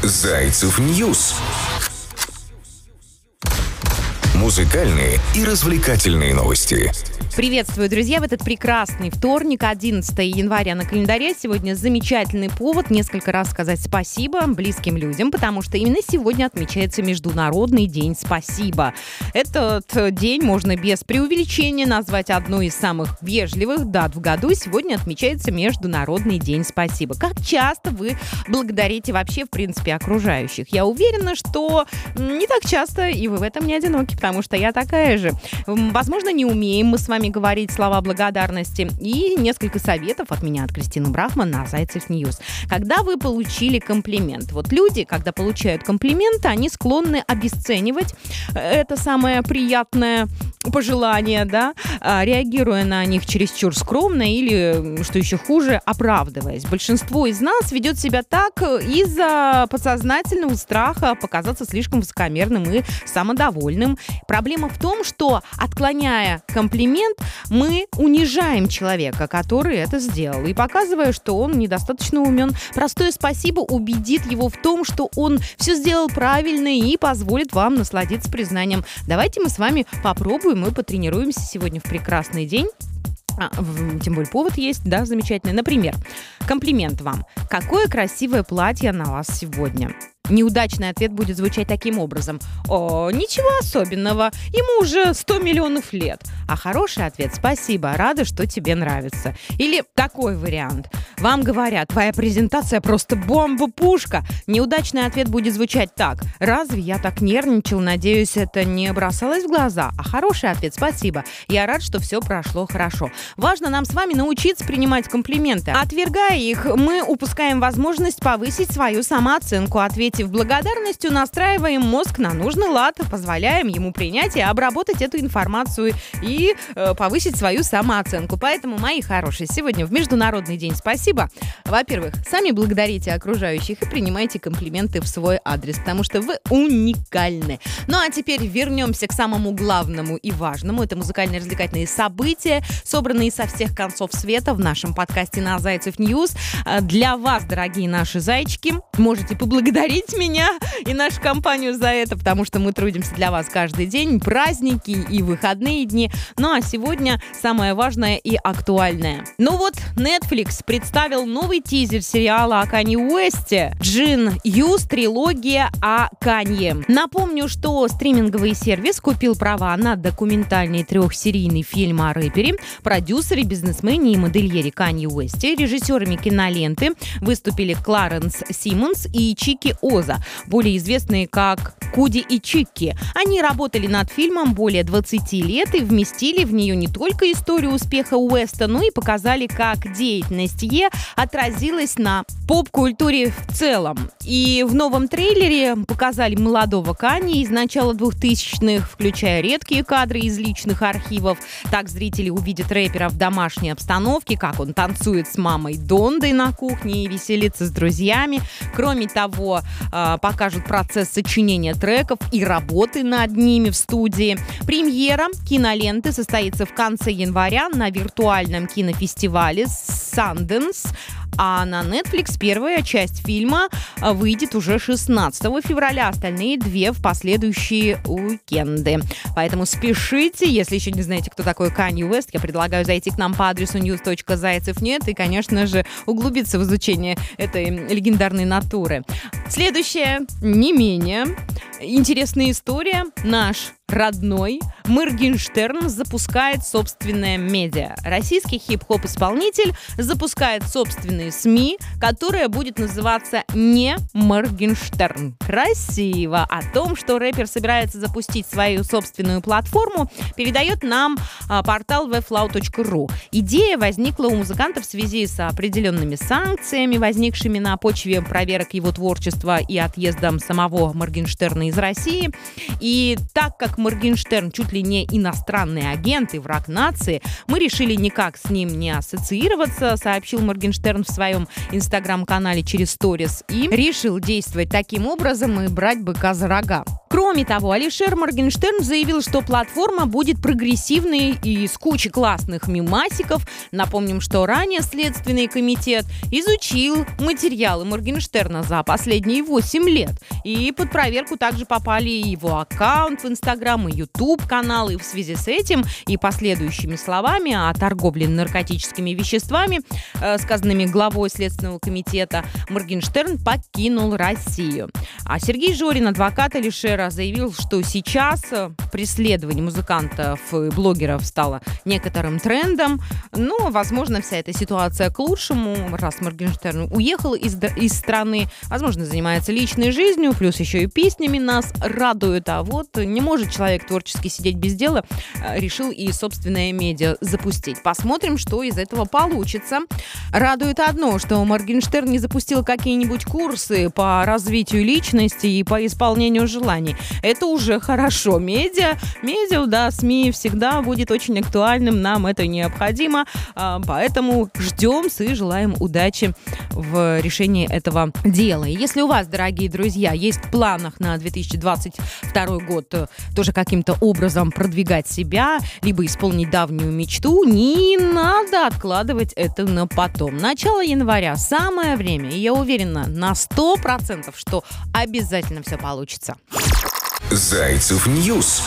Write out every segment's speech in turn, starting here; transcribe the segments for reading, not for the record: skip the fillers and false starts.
Зайцев Ньюс. Музыкальные и развлекательные новости. Приветствую, друзья! В этот прекрасный вторник, 11 января на календаре. Сегодня замечательный повод несколько раз сказать спасибо близким людям, потому что именно сегодня отмечается Международный день спасибо. Этот день можно без преувеличения назвать одной из самых вежливых дат в году. Сегодня отмечается Международный день спасибо. Как часто вы благодарите вообще, в принципе, окружающих? Я уверена, что не так часто, и вы в этом не одиноки, потому что я такая же. Возможно, не умеем мы с вами говорить слова благодарности. И несколько советов от меня, от Кристины Брахман на Зайцев Ньюс. Когда вы получили комплимент? Вот люди, когда получают комплименты, они склонны обесценивать это самое приятное пожелание, да, реагируя на них чересчур скромно или, что еще хуже, оправдываясь. Большинство из нас ведет себя так из-за подсознательного страха показаться слишком высокомерным и самодовольным. Проблема в том, что, отклоняя комплимент, мы унижаем человека, который это сделал, и показывая, что он недостаточно умен. Простое спасибо убедит его в том, что он все сделал правильно и позволит вам насладиться признанием. Давайте мы с вами попробуем и потренируемся сегодня в прекрасный день. Тем более повод есть, да, замечательный. Например, комплимент вам. Какое красивое платье на вас сегодня. Неудачный ответ будет звучать таким образом. О, ничего особенного, ему уже 100 миллионов лет. А хороший ответ: спасибо, рада, что тебе нравится. Или такой вариант. Вам говорят: твоя презентация просто бомба-пушка. Неудачный ответ будет звучать так: разве я так нервничал, надеюсь, это не бросалось в глаза. А хороший ответ: спасибо, я рад, что все прошло хорошо. Важно нам с вами научиться принимать комплименты. Отвергая их, мы упускаем возможность повысить свою самооценку. Ответив благодарностью, настраиваем мозг на нужный лад, позволяем ему принять и обработать эту информацию и повысить свою самооценку. Поэтому, мои хорошие, сегодня в Международный день спасибо. Во-первых, сами благодарите окружающих и принимайте комплименты в свой адрес, потому что вы уникальны. Ну а теперь вернемся к самому главному и важному. Это музыкальные развлекательные события, собранные со всех концов света в нашем подкасте на Зайцев Ньюс. Для вас, дорогие наши зайчики, можете поблагодарить меня и нашу компанию за это, потому что мы трудимся для вас каждый день, праздники и выходные дни. Ну а сегодня самое важное и актуальное. Ну вот, Netflix представил новый тизер сериала о Канье Уэсте. Джин Юс, трилогия о Канье. Напомню, что стриминговый сервис купил права на документальный трехсерийный фильм о рэпере, продюсере, бизнесмене и модельере Канье Уэсте. Режиссерами киноленты выступили Кларенс Симмонс и Чики Оза, более известные как Куди и Чикки. Они работали над фильмом более 20 лет и вместили в нее не только историю успеха Уэста, но и показали, как деятельность Е отразилась на поп-культуре в целом. И в новом трейлере показали молодого Канье из начала 2000-х, включая редкие кадры из личных архивов. Так зрители увидят рэпера в домашней обстановке, как он танцует с мамой Дондой на кухне и веселится с друзьями. Кроме того, покажут процесс сочинения треков и работы над ними в студии. Премьера киноленты состоится в конце января на виртуальном кинофестивале Sundance. А на Netflix первая часть фильма выйдет уже 16 февраля, остальные две в последующие уикенды. Поэтому спешите, если еще не знаете, кто такой Канье Уэст, я предлагаю зайти к нам по адресу news.zayцев.net и, конечно же, углубиться в изучение этой легендарной натуры. Следующая, не менее интересная история. Наш родной Моргенштерн запускает собственное медиа. Российский хип-хоп-исполнитель запускает собственные СМИ, которая будет называться «Не Моргенштерн». Красиво. О том, что рэпер собирается запустить свою собственную платформу, передает нам портал weflow.ru. Идея возникла у музыканта в связи с определенными санкциями, возникшими на почве проверок его творчества и отъездом самого Моргенштерна из России. И так как Моргенштерн чуть ли ли не иностранный агент и враг нации, мы решили никак с ним не ассоциироваться, сообщил Моргенштерн в своем инстаграм-канале через сторис, и решил действовать таким образом и брать быка за рога. Кроме того, Алишер Моргенштерн заявил, что платформа будет прогрессивной и с кучей классных мемасиков. Напомним, что ранее Следственный комитет изучил материалы Моргенштерна за последние 8 лет. И под проверку также попали его аккаунт в Инстаграм, и Ютуб-канал. И в связи с этим и последующими словами о торговле наркотическими веществами, сказанными главой Следственного комитета, Моргенштерн покинул Россию. А Сергей Жорин, адвокат Алишера, заявил, что сейчас преследование музыкантов и блогеров стало некоторым трендом, но, возможно, вся эта ситуация к лучшему, раз Моргенштерн уехал из страны, возможно, занимается личной жизнью, плюс еще и песнями нас радуют, а вот не может человек творчески сидеть без дела, решил и собственное медиа запустить. Посмотрим, что из этого получится. Радует одно, что Моргенштерн не запустил какие-нибудь курсы по развитию личности и по исполнению желаний. Это уже хорошо. Медиа, да, СМИ всегда будет очень актуальным, нам это необходимо, поэтому ждем и желаем удачи в решении этого дела. И если у вас, дорогие друзья, есть в планах на 2022 год тоже каким-то образом продвигать себя, либо исполнить давнюю мечту, не надо откладывать это на потом. Начало января – самое время, и я уверена на 100%, что обязательно все получится. Зайцев Ньюс.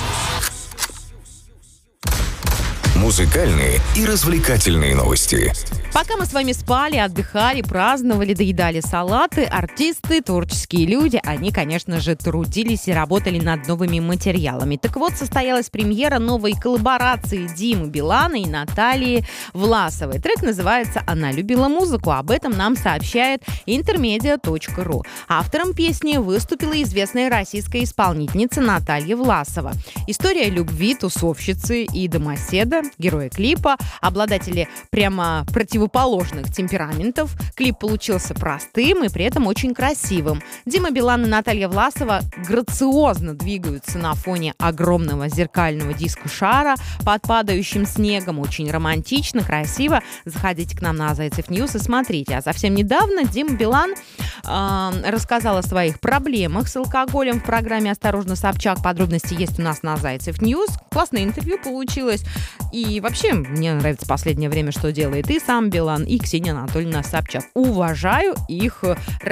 Музыкальные и развлекательные новости. Пока мы с вами спали, отдыхали, праздновали, доедали салаты, артисты, творческие люди, они, конечно же, трудились и работали над новыми материалами. Так вот, состоялась премьера новой коллаборации Димы Билана и Натальи Власовой. Трек называется «Она любила музыку». Об этом нам сообщает intermedia.ru. Автором песни выступила известная российская исполнительница Наталья Власова. История любви тусовщицы и домоседа, герои клипа, обладатели прямо противоположных темпераментов. Клип получился простым и при этом очень красивым. Дима Билан и Наталья Власова грациозно двигаются на фоне огромного зеркального диско-шара под падающим снегом. Очень романтично, красиво. Заходите к нам на Зайцев Ньюс и смотрите. А совсем недавно Дима Билан рассказал о своих проблемах с алкоголем в программе «Осторожно, Собчак». Подробности есть у нас на Зайцев Ньюс. Классное интервью получилось. И вообще, мне нравится в последнее время, что делает и сам Билан, и Ксения Анатольевна Собчак. Уважаю их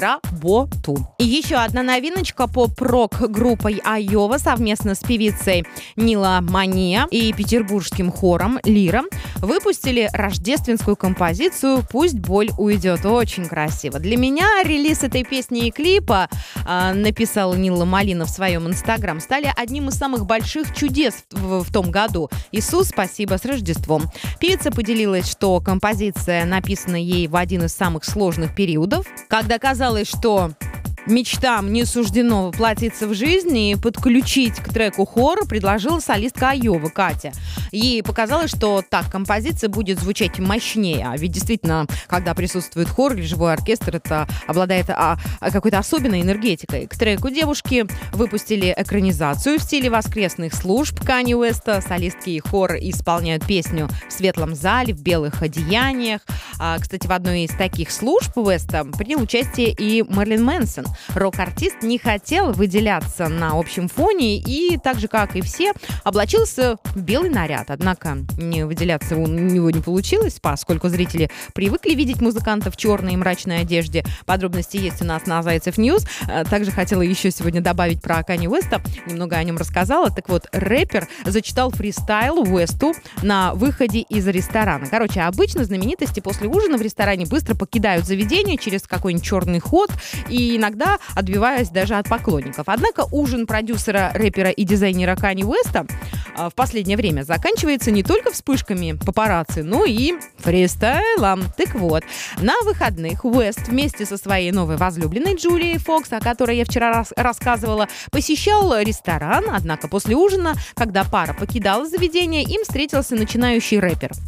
работу. И еще одна новиночка: поп-рок группой Айова совместно с певицей Нила Мания и петербургским хором Лира выпустили рождественскую композицию «Пусть боль уйдет». Очень красиво. Для меня релиз этой песни и клипа, написала Нила Малина в своем инстаграм, стали одним из самых больших чудес в том году. Иисус, спасибо, с Рождеством. Певица поделилась, что композиция написана ей в один из самых сложных периодов, когда казалось, что мечтам не суждено воплотиться в жизни, и подключить к треку хор предложила солистка Айовы Катя. Ей показалось, что так композиция будет звучать мощнее. А ведь действительно, когда присутствует хор или живой оркестр, это обладает какой-то особенной энергетикой. К треку девушки выпустили экранизацию в стиле воскресных служб Канье Уэста. Солистки и хор исполняют песню в светлом зале, в белых одеяниях. Кстати, в одной из таких служб Уэста принял участие и Мерлин Мэнсон. Рок-артист не хотел выделяться на общем фоне и, так же, как и все, облачился в белый наряд. Однако не выделяться у него не получилось, поскольку зрители привыкли видеть музыканта в черной и мрачной одежде. Подробности есть у нас на Зайцев Ньюс. Также хотела еще сегодня добавить про Канье Уэста. Немного о нем рассказала. Так вот, рэпер зачитал фристайл Уэсту на выходе из ресторана. Короче, обычно знаменитости после ужина в ресторане быстро покидают заведение через какой-нибудь черный ход и иногда отбиваясь даже от поклонников. Однако ужин продюсера, рэпера и дизайнера Канье Уэста в последнее время заканчивается не только вспышками папарацци, но и фристайлом. Так вот, на выходных Уэст вместе со своей новой возлюбленной Джулией Фокс, о которой я вчера рассказывала, посещал ресторан. Однако после ужина, когда пара покидала заведение, им встретился начинающий рэпер.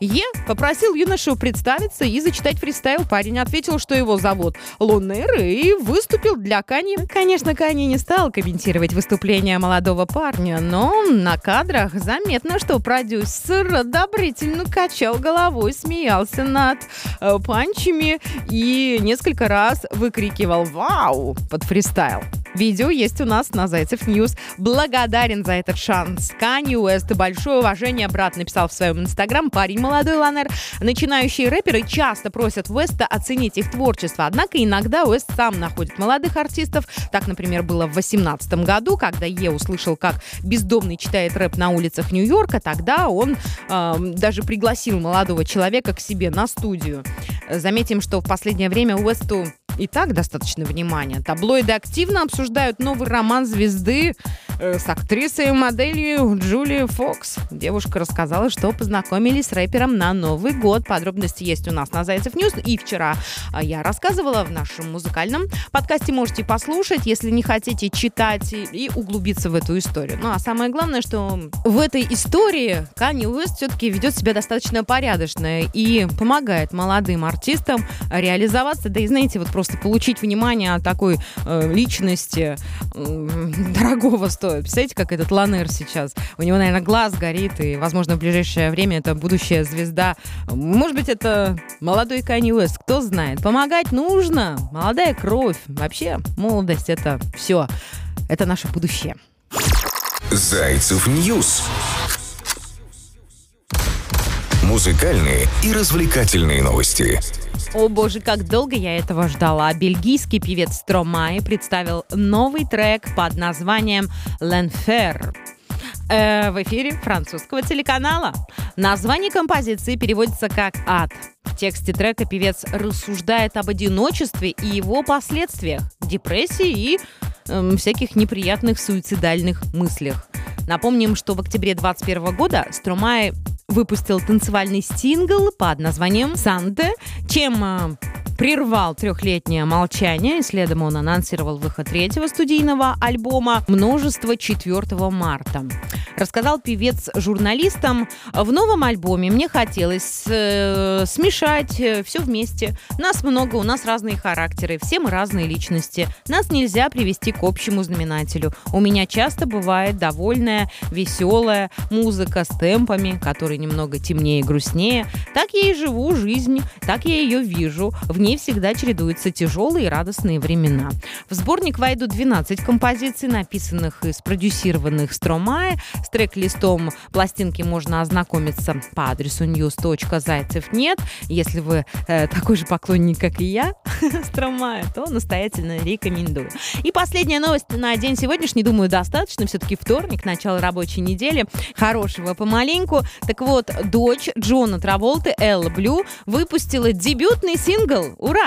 Е попросил юношу представиться и зачитать фристайл. Парень ответил, что его зовут Лунер, и выступил для Кани. Конечно, Кани не стал комментировать выступление молодого парня, но на кадрах заметно, что продюсер одобрительно качал головой, смеялся над панчами и несколько раз выкрикивал «Вау!» под фристайл. Видео есть у нас на Зайцев Ньюс. Благодарен за этот шанс Канье Уэст. Большое уважение, брат, написал в своем инстаграм парень молодой Ланер. Начинающие рэперы часто просят Уэста оценить их творчество, однако иногда Уэст сам находит молодых артистов. Так, например, было в 2018 году, когда Е услышал, как бездомный читает рэп на улицах Нью-Йорка. Тогда он даже пригласил молодого человека к себе на студию. Заметим, что в последнее время Уэсту и так достаточно внимания. Таблоиды активно обсуждают новый роман звезды с актрисой и моделью Джулией Фокс. Девушка рассказала, что познакомились с рэпером на Новый год. Подробности есть у нас на Зайцев Ньюс. И вчера я рассказывала в нашем музыкальном подкасте. Можете послушать, если не хотите читать и углубиться в эту историю. Ну а самое главное, что в этой истории Канье Уэст все-таки ведет себя достаточно порядочно и помогает молодым артистам реализоваться. Да и знаете, вот просто получить внимание от такой личности дорогого стоит. Представляете, как этот Ланер сейчас? У него, наверное, глаз горит, и, возможно, в ближайшее время это будущая звезда. Может быть, это молодой Канье Уэст, кто знает. Помогать нужно. Молодая кровь. Вообще, молодость — это все. Это наше будущее. Зайцев Ньюс. Музыкальные и развлекательные новости. О боже, как долго я этого ждала. Бельгийский певец Стромае представил новый трек под названием «L'Enfer» в эфире французского телеканала. Название композиции переводится как «Ад». В тексте трека певец рассуждает об одиночестве и его последствиях, депрессии и всяких неприятных суицидальных мыслях. Напомним, что в октябре 2021 года Стромае выпустил танцевальный сингл под названием «Санте», чем прервал трехлетнее молчание, и следом он анонсировал выход третьего студийного альбома «Множество» 4 марта. Рассказал певец журналистам: в новом альбоме мне хотелось смешать все вместе. Нас много, у нас разные характеры, все мы разные личности. Нас нельзя привести к общему знаменателю. У меня часто бывает довольная, веселая музыка с темпами, которые немного темнее и грустнее. Так я и живу жизнь, так я ее вижу. В ней всегда чередуются тяжелые и радостные времена. В сборник войдут 12 композиций, написанных и спродюсированных Стромае. С трек-листом пластинки можно ознакомиться по адресу news.зайцев.нет. Если вы такой же поклонник, как и я, Стромае, то настоятельно рекомендую. И последняя новость на день сегодняшний, думаю, достаточно. Все-таки вторник, начало рабочей недели. Хорошего помаленьку. Так вот, дочь Джона Траволты, Элла Блю, выпустила дебютный сингл. Ура!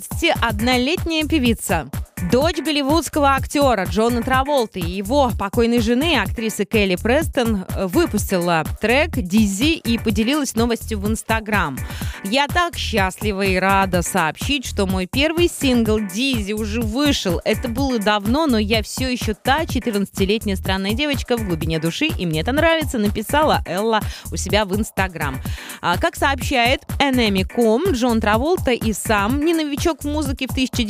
21-летняя певица. Дочь голливудского актера Джона Траволты и его покойной жены, актрисы Келли Престон, выпустила трек «Дизи» и поделилась новостью в Инстаграм. Я так счастлива и рада сообщить, что мой первый сингл «Дизи» уже вышел. Это было давно, но я все еще та 14-летняя странная девочка в глубине души, и мне это нравится, написала Элла у себя в Инстаграм. Как сообщает NME.com, Джон Траволта и сам не новичок в музыке. В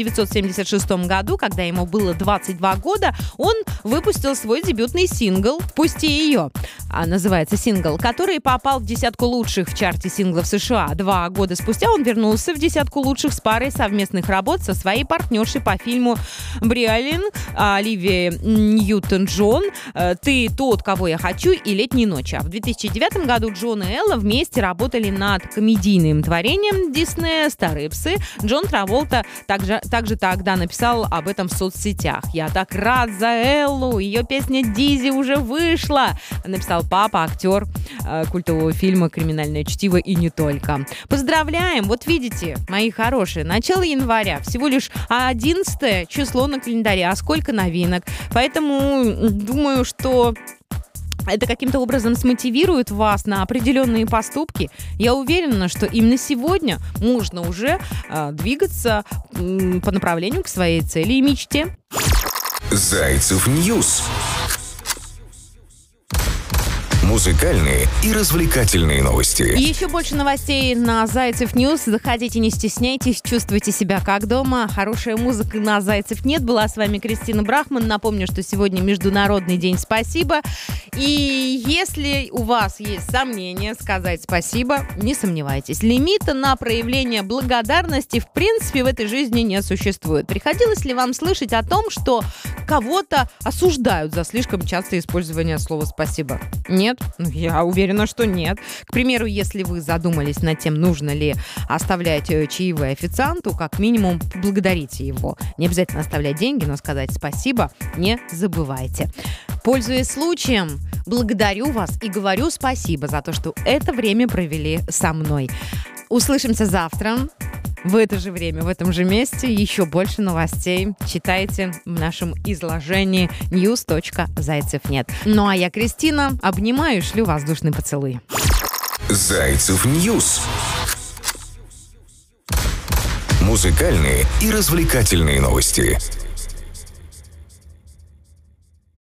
1976 году, когда ему было 22 года, он выпустил свой дебютный сингл «Впусти ее», называется сингл, который попал в десятку лучших в чарте синглов США. 2 года спустя он вернулся в десятку лучших с парой совместных работ со своей партнершей по фильму «Бриолин» Оливией Ньютон-Джон, «Ты тот, кого я хочу» и «Летние ночи». А в 2009 году Джон и Элла вместе работали над комедийным творением Диснея «Старые псы». Джон Траволта также тогда написал об этом в соцсетях. «Я так рад за Эллу, ее песня «Дизи» уже вышла», написал папа, актер культового фильма «Криминальное чтиво» и не только. Поздравляем! Вот видите, мои хорошие, начало января, всего лишь 11 число на календаре, а сколько новинок. Поэтому думаю, что это каким-то образом смотивирует вас на определенные поступки. Я уверена, что именно сегодня можно уже двигаться по направлению к своей цели и мечте. Зайцев Ньюс. Музыкальные и развлекательные новости. Еще больше новостей на Зайцев Ньюс. Заходите, не стесняйтесь, чувствуйте себя как дома. Хорошая музыка на Зайцев нет. Была с вами Кристина Брахман. Напомню, что сегодня Международный день спасибо. И если у вас есть сомнения сказать спасибо, не сомневайтесь. Лимита на проявление благодарности в принципе в этой жизни не существует. Приходилось ли вам слышать о том, что кого-то осуждают за слишком частое использование слова «спасибо»? Нет? Я уверена, что нет. К примеру, если вы задумались над тем, нужно ли оставлять чаевые официанту, как минимум поблагодарите его. Не обязательно оставлять деньги, но сказать спасибо не забывайте. Пользуясь случаем, благодарю вас и говорю спасибо за то, что это время провели со мной. Услышимся завтра. В это же время, в этом же месте. Еще больше новостей читайте в нашем изложении news.зайцев.нет. Ну а я, Кристина, обнимаю и шлю воздушный поцелуй. Зайцев Ньюс. Музыкальные и развлекательные новости.